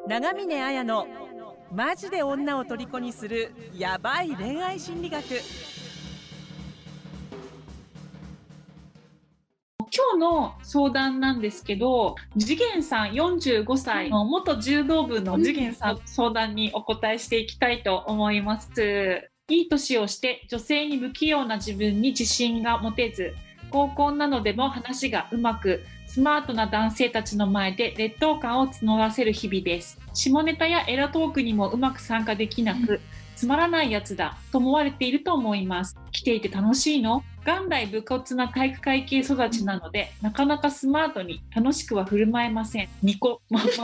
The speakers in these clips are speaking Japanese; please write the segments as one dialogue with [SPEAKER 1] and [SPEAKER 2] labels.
[SPEAKER 1] 長峰綾のマジで女を虜にするヤバい恋愛心理学。
[SPEAKER 2] 今日の相談なんですけど、次元さん45歳の元柔道部の次元さん相談にお答えしていきたいと思います。いい年をして女性に不器用な自分に自信が持てず、合コンなどでも話がうまく、スマートな男性たちの前で劣等感を募らせる日々です。下ネタやエロトークにもうまく参加できなく、つまらないやつだと思われていると思います。来ていて楽しいの？元来武骨な体育会系育ちなので、なかなかスマートに楽しくは振る舞えません。ニコママ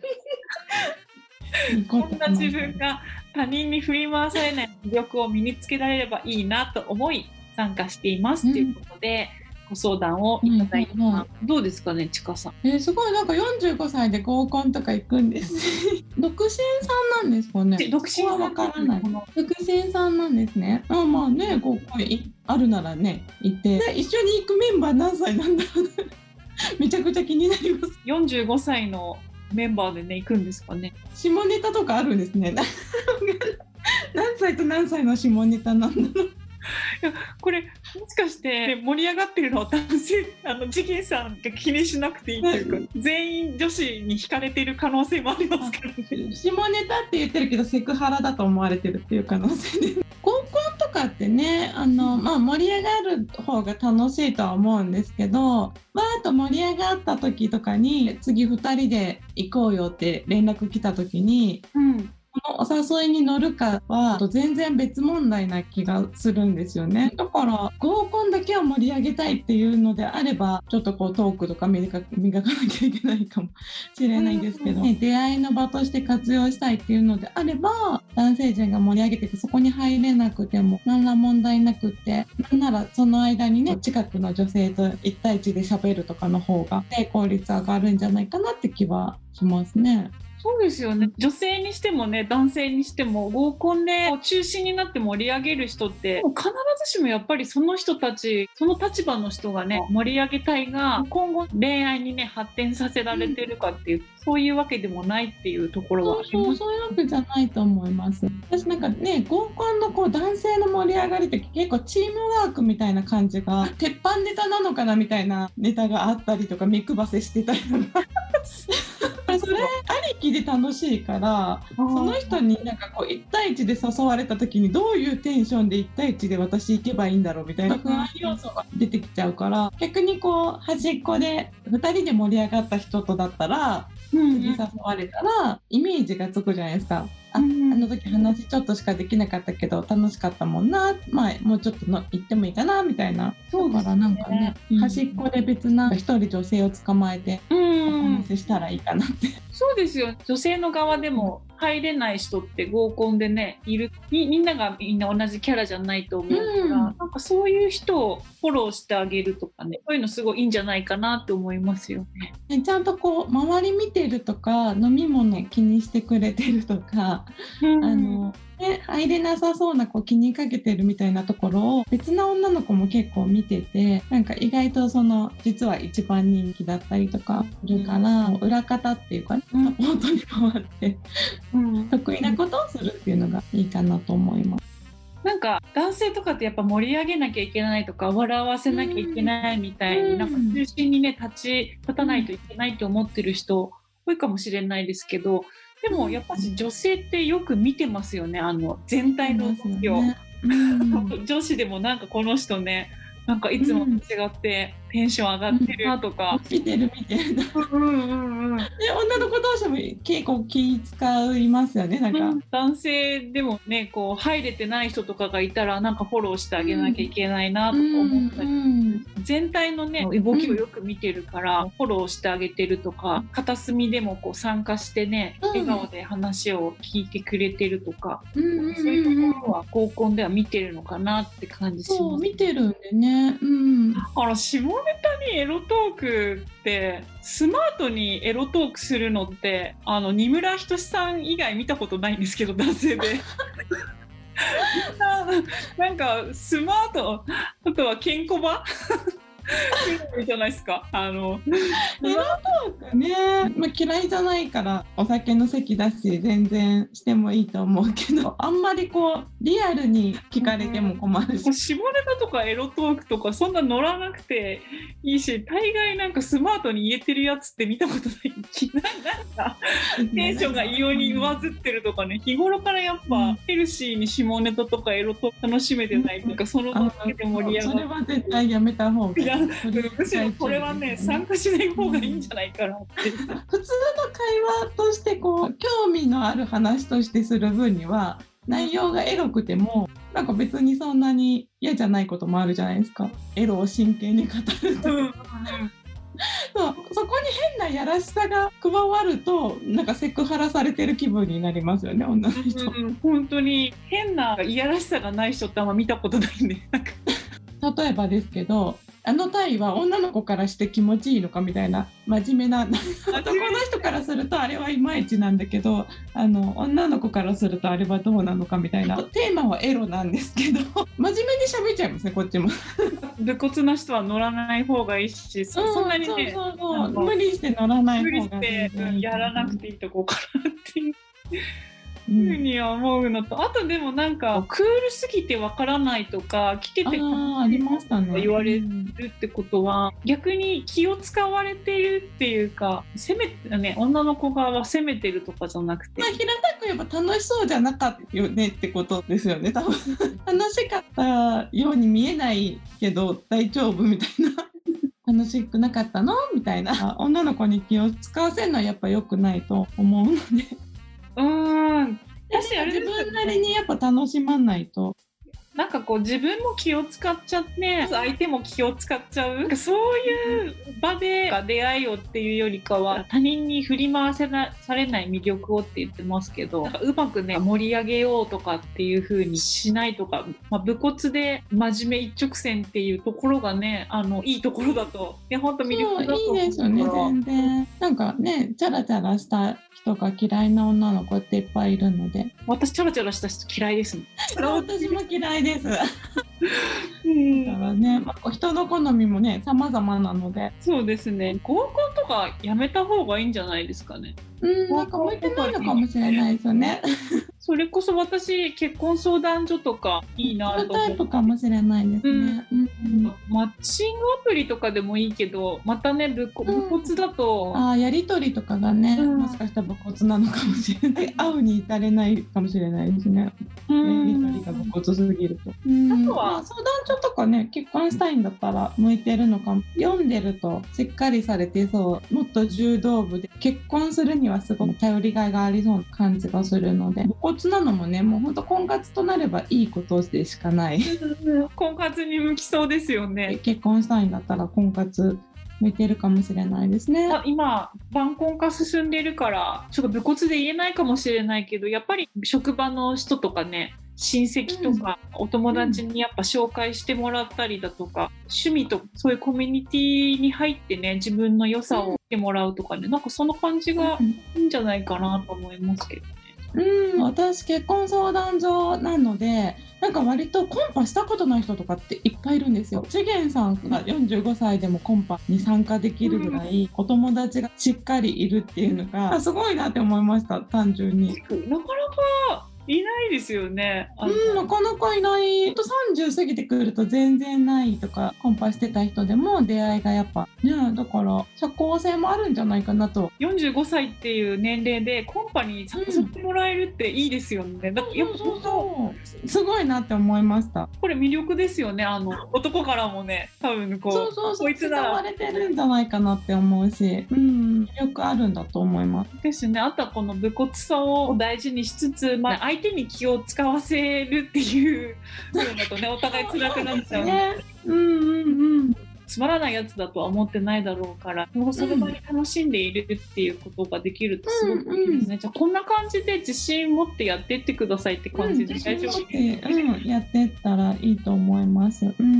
[SPEAKER 2] こんな自分が他人に振り回されない魅力を身につけられればいいなと思い参加しています、ということでご相談をいただいてます、どうですかね、ちかさん。
[SPEAKER 3] すごい、なんか45歳で合コンとか行くんです独身さんなんですかね。
[SPEAKER 2] 独身さん
[SPEAKER 3] はわからない。独身さんなんですね。まあね、合コンあるならね行って、で一緒に行くメンバー何歳なんだろうめちゃくちゃ気になります。
[SPEAKER 2] 45歳のメンバーでね行くんですかね。
[SPEAKER 3] 下ネタとかあるんですね何歳と何歳の下ネタなんだろう
[SPEAKER 2] いやこれもしかして盛り上がってるのは男性次元さんが気にしなくていいというか、全員女子に惹かれている可能性もありますからね。
[SPEAKER 3] 下ネタって言ってるけどセクハラだと思われてるっていう可能性で合コンとかってね、盛り上がる方が楽しいとは思うんですけど、わーっと盛り上がった時とかに次2人で行こうよって連絡来た時に、このお誘いに乗るかは全然別問題な気がするんですよね。だから合コンだけを盛り上げたいっていうのであれば、ちょっとこうトークとか磨かなきゃいけないかもしれないですけど、出会いの場として活用したいっていうのであれば、男性陣が盛り上げていく、そこに入れなくても何ら問題なくって、なんならその間にね、近くの女性と1対1で喋るとかの方が成功率上がるんじゃないかなって気はしますね。
[SPEAKER 2] そうですよね。女性にしてもね、男性にしても合コンで中心になって盛り上げる人って必ずしもやっぱりその人たち、その立場の人がね盛り上げたいが、今後恋愛にね発展させられてるかっていう、そういうわけでもないっていうところはあります。
[SPEAKER 3] そういうわけじゃないと思います。私なんかね、合コンのこう男性の盛り上がりって結構チームワークみたいな感じが、鉄板ネタなのかなみたいなネタがあったりとか、目配せしてたりとかそれありきで楽しいから、その人になんかこう1対1で誘われた時にどういうテンションで1対1で私行けばいいんだろうみたいな不安要素が出てきちゃうから、逆にこう端っこで2人で盛り上がった人とだったら、次誘われたらイメージがつくじゃないですか。あの時話ちょっとしかできなかったけど楽しかったもんな、もうちょっと行ってもいいかなみたいな。だからなんかね、端っこで別な一人女性を捕まえてお話ししたらいいかなって。
[SPEAKER 2] そうですよ。女性の側でも入れない人って合コンでねいる、みんながみんな同じキャラじゃないと思うから、なんかそういう人をフォローしてあげるとかね、そういうのすごいいいんじゃないかなって思いますよね。
[SPEAKER 3] ちゃんとこう周り見てるとか、飲み物気にしてくれてるとか、入れなさそうなこう気にかけてるみたいなところを別な女の子も結構見てて、なんか意外とその実は一番人気だったりとかするから、裏方っていうか、サポートに回って得意なことをするっていうのがいいかなと思います。
[SPEAKER 2] なんか男性とかってやっぱ盛り上げなきゃいけないとか笑わせなきゃいけないみたいに、なんか中心にね立たないといけないと思ってる人多いかもしれないですけど、でもやっぱり女性ってよく見てますよね、全体の動きを。女子でもなんかこの人ね、なんかいつもと違ってテンション上がってるなとか、
[SPEAKER 3] 見てるで女の子同士も結構気使いますよね。なんか、
[SPEAKER 2] 男性でもねこう入れてない人とかがいたらなんかフォローしてあげなきゃいけないなとか思ったり、全体のね動きをよく見てるからフォローしてあげてるとか、片隅でもこう参加してね笑顔で話を聞いてくれてるとか、そういうところは合コンでは見てるのかなって感じします。
[SPEAKER 3] そう見てるんでね。
[SPEAKER 2] だから下ネタにエロトークってスマートにエロトークするのって二村仁さん以外見たことないんですけど、男性でなんかスマート、あとはケンコバいいじゃないですか。
[SPEAKER 3] エロトークね、嫌いじゃないからお酒の席だし全然してもいいと思うけど、あんまりリアルに聞かれても困るし、
[SPEAKER 2] 下ネタとかエロトークとかそんな乗らなくていいし、大概なんかスマートに言えてるやつって見たことない。なんかテンションが異様に上ずってるとかね、日頃からやっぱヘルシーに下ネタとかエロトーク楽しめてないとか、その場だけで盛り上がる。
[SPEAKER 3] それは絶対やめた方がいい。
[SPEAKER 2] むしろこれはね、参加しない方がいいんじゃないかなって。
[SPEAKER 3] 普通の会話として興味のある話としてする分には内容がエロくてもなんか別にそんなに嫌じゃないこともあるじゃないですか。エロを真剣に語ると、そこに変なやらしさが加わるとなんかセクハラされてる気分になりますよね、女の人。
[SPEAKER 2] 本当に変ないやらしさがない人ってあんま見たことないんで。
[SPEAKER 3] 例えばですけど、あの体位は女の子からして気持ちいいのかみたいな真面目な男の人からするとあれはいまいちなんだけど、女の子からするとあれはどうなのかみたいな。テーマはエロなんですけど真面目に喋っちゃいますね、こっちも。
[SPEAKER 2] 武骨な人は乗らない方がいいし、そんなにね、
[SPEAKER 3] 無理して乗らない方が
[SPEAKER 2] 無理してやらなくていいとこかなっていうふうに思うのと、あとでもなんかクールすぎてわからないとか来てて
[SPEAKER 3] ありましたね、
[SPEAKER 2] 言われるってことは、逆に気を使われてるっていうか、女の子側は責めてるとかじゃなくて、
[SPEAKER 3] 平たく言えば楽しそうじゃなかったよねってことですよね、多分。楽しかったように見えないけど大丈夫みたいな。楽しくなかったのみたいな。女の子に気を使わせるのはやっぱ良くないと思うので。自分なりにやっぱ楽しまないと。
[SPEAKER 2] なんか自分も気を使っちゃって相手も気を使っちゃう、そういう場で出会いをっていうよりかは他人に振り回されない魅力をって言ってますけど、うまくね盛り上げようとかっていう風にしないとか、武骨で真面目一直線っていうところがね、いいところだと、本当魅力だと思う。
[SPEAKER 3] いいですよね、全然。なんかね、チャラチャラした人が嫌いな女の子っていっぱいいるので。
[SPEAKER 2] 私チャラチャラした人嫌いですね。
[SPEAKER 3] 私も嫌いです。だからね、人の好みもね様々なので。
[SPEAKER 2] そうですね、合コンとかやめた方がいいんじゃないですかね。
[SPEAKER 3] なんか向いてないのかもしれないですよね。
[SPEAKER 2] それこそ私結婚相談所とかいいなと思う。
[SPEAKER 3] タイプかもしれないですね。
[SPEAKER 2] マッチングアプリとかでもいいけど、またね武骨だと、
[SPEAKER 3] やり取りとかがね、もしかしたら武骨なのかもしれない。会うに至れないかもしれないですね。やり取りが武骨すぎると。あとは相談所とかね、結婚したいんだったら向いてるのかも。読んでるとしっかりされてそう、もっと柔道部で結婚するにはすごく頼りがいがありそうな感じがするので、武骨なのもね、もう本当婚活となればいいことでしかない。
[SPEAKER 2] 婚活に向きそうですよね。
[SPEAKER 3] 結婚したいんだったら婚活向いてるかもしれないですね。
[SPEAKER 2] 今晩婚化進んでるからちょっと武骨で言えないかもしれないけど、やっぱり職場の人とかね、親戚とかお友達にやっぱ紹介してもらったりだとか、趣味とそういうコミュニティに入ってね、自分の良さを見てもらうとかね、なんかその感じがいいんじゃないかなと思いますけどね。
[SPEAKER 3] 私結婚相談所なので、なんか割とコンパしたことない人とかっていっぱいいるんですよ。次元さんが45歳でもコンパに参加できるぐらいお友達がしっかりいるっていうのがすごいなって思いました、単純に。
[SPEAKER 2] なかなかいないですよね。
[SPEAKER 3] なかなかいない。30過ぎてくると全然ないとか、コンパしてた人でも出会いがやっぱね、だから社交性もあるんじゃないかなと。
[SPEAKER 2] 45歳っていう年齢でコンパに参加してもらえるっていいですよね。だからやっぱ
[SPEAKER 3] すごいなって思いました。
[SPEAKER 2] これ魅力ですよね。男からもね、多分
[SPEAKER 3] こいつなら使われてるんじゃないかなって思うし、魅力あるんだと思います。
[SPEAKER 2] ですね。あとはこの武骨さを大事にしつつ、相手に気を使わせるっていうのだとね、お互い辛くなっちゃうね。つまらないやつだとは思ってないだろうから、その場に楽しんでいるっていうことができるとすごくいいですね。じゃあこんな感じで自信持ってやっていってくださいって感じで大丈夫ですか？
[SPEAKER 3] やっていったらいいと思います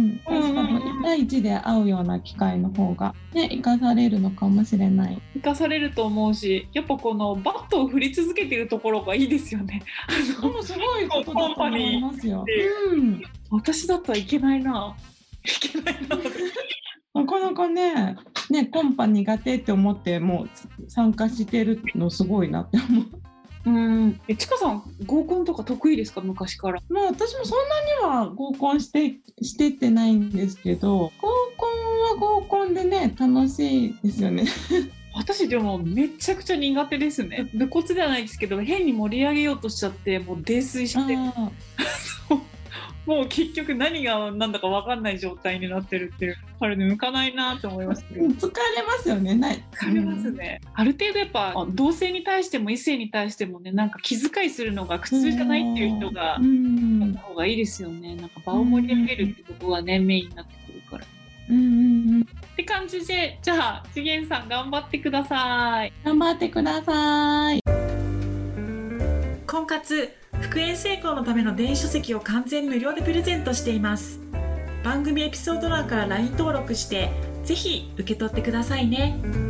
[SPEAKER 3] 。1対1で会うような機会の方がね、生かされるのかもしれない。
[SPEAKER 2] 生かされると思うし、やっぱこのバットを振り続けてるところがいいですよね。
[SPEAKER 3] すごいことだと思いますよ。
[SPEAKER 2] 私だったらいけないな。
[SPEAKER 3] かなかねコンパ苦手って思ってもう参加してるのすごいなって思う。
[SPEAKER 2] ちかさん合コンとか得意ですか？昔から。
[SPEAKER 3] まあ私もそんなには合コンしてってないんですけど、合コンは合コンでね楽しいですよね。
[SPEAKER 2] 私でもめちゃくちゃ苦手ですね。武骨ではないですけど変に盛り上げようとしちゃってもう泥酔してもう結局何が何だか分かんない状態になってるっていう、あれで向かないなと思いますけど。
[SPEAKER 3] 疲れますよね。
[SPEAKER 2] 疲れますね。ある程度やっぱ同性に対しても異性に対してもね、なんか気遣いするのが苦痛じゃないっていう人がやった方がいいですよね。なんか場を盛り上げるってことがねメインになってくるから。って感じで、じゃあ次元さん頑張ってください。
[SPEAKER 3] 頑張ってください。
[SPEAKER 1] 婚活復縁成功のための電子書籍を完全無料でプレゼントしています。番組エピソード欄から LINE 登録してぜひ受け取ってくださいね。